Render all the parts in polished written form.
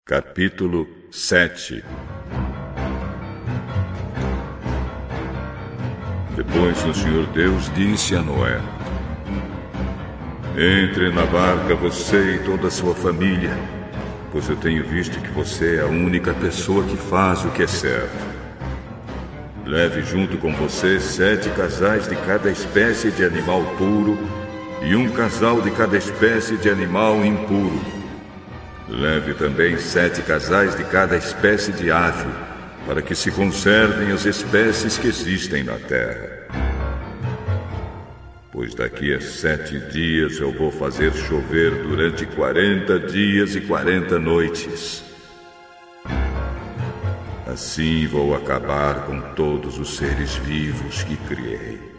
Capítulo 7. Depois o Senhor Deus disse a Noé: Entre na barca você e toda a sua família, pois eu tenho visto que você é a única pessoa que faz o que é certo. Leve junto com você 7 casais de cada espécie de animal puro e um casal de cada espécie de animal impuro. Leve também 7 casais de cada espécie de ave, para que se conservem as espécies que existem na terra. Pois daqui a 7 dias eu vou fazer chover durante 40 dias e 40 noites. Assim vou acabar com todos os seres vivos que criei.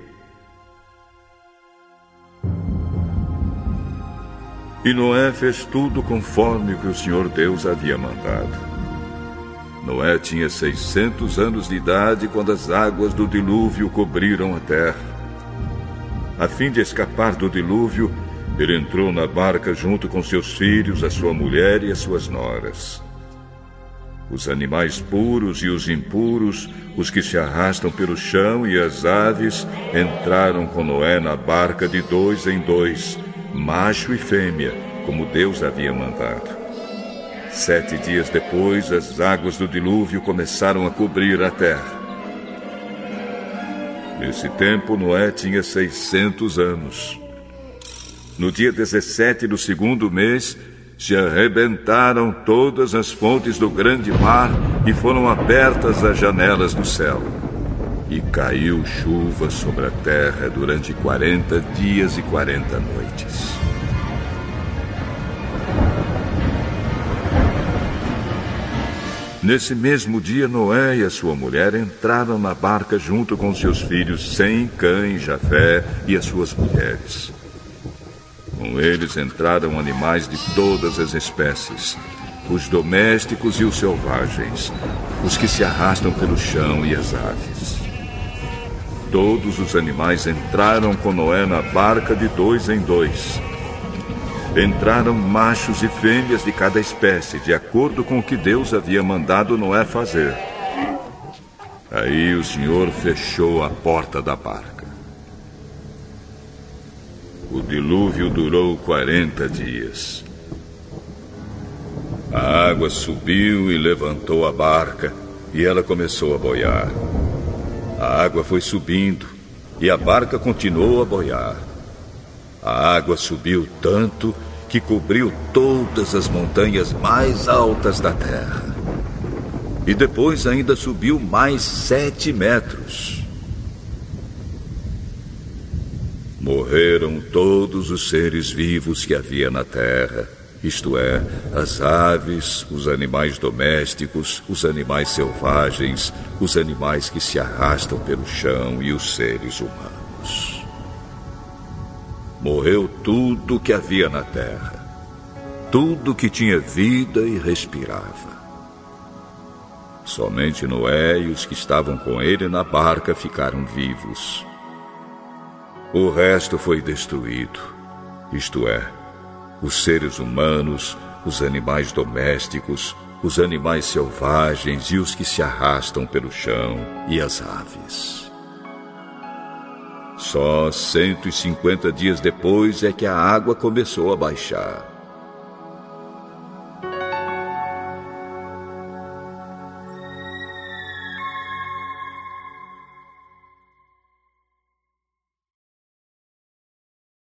E Noé fez tudo conforme o que o Senhor Deus havia mandado. Noé tinha 600 anos de idade quando as águas do dilúvio cobriram a terra. A fim de escapar do dilúvio, ele entrou na barca junto com seus filhos, a sua mulher e as suas noras. Os animais puros e os impuros, os que se arrastam pelo chão e as aves, entraram com Noé na barca de 2 em 2, macho e fêmea, como Deus havia mandado. 7 dias depois, as águas do dilúvio começaram a cobrir a terra. Nesse tempo, Noé tinha 600 anos. No dia 17 do 2º mês, se arrebentaram todas as fontes do grande mar e foram abertas as janelas do céu. E caiu chuva sobre a terra durante 40 dias e 40 noites. Nesse mesmo dia, Noé e a sua mulher entraram na barca junto com seus filhos Sem, Cã, Jafé e as suas mulheres. Com eles entraram animais de todas as espécies, os domésticos e os selvagens, os que se arrastam pelo chão e as aves. Todos os animais entraram com Noé na barca de 2 em 2. Entraram machos e fêmeas de cada espécie, de acordo com o que Deus havia mandado Noé fazer. Aí o Senhor fechou a porta da barca. O dilúvio durou 40 dias. A água subiu e levantou a barca, e ela começou a boiar. A água foi subindo, e a barca continuou a boiar. A água subiu tanto que cobriu todas as montanhas mais altas da terra. E depois ainda subiu mais 7 metros. Morreram todos os seres vivos que havia na terra, isto é, as aves, os animais domésticos, os animais selvagens, os animais que se arrastam pelo chão e os seres humanos. Morreu tudo que havia na terra, tudo que tinha vida e respirava. Somente Noé e os que estavam com ele na barca ficaram vivos. O resto foi destruído, isto é, os seres humanos, os animais domésticos, os animais selvagens e os que se arrastam pelo chão e as aves. Só 150 dias depois é que a água começou a baixar.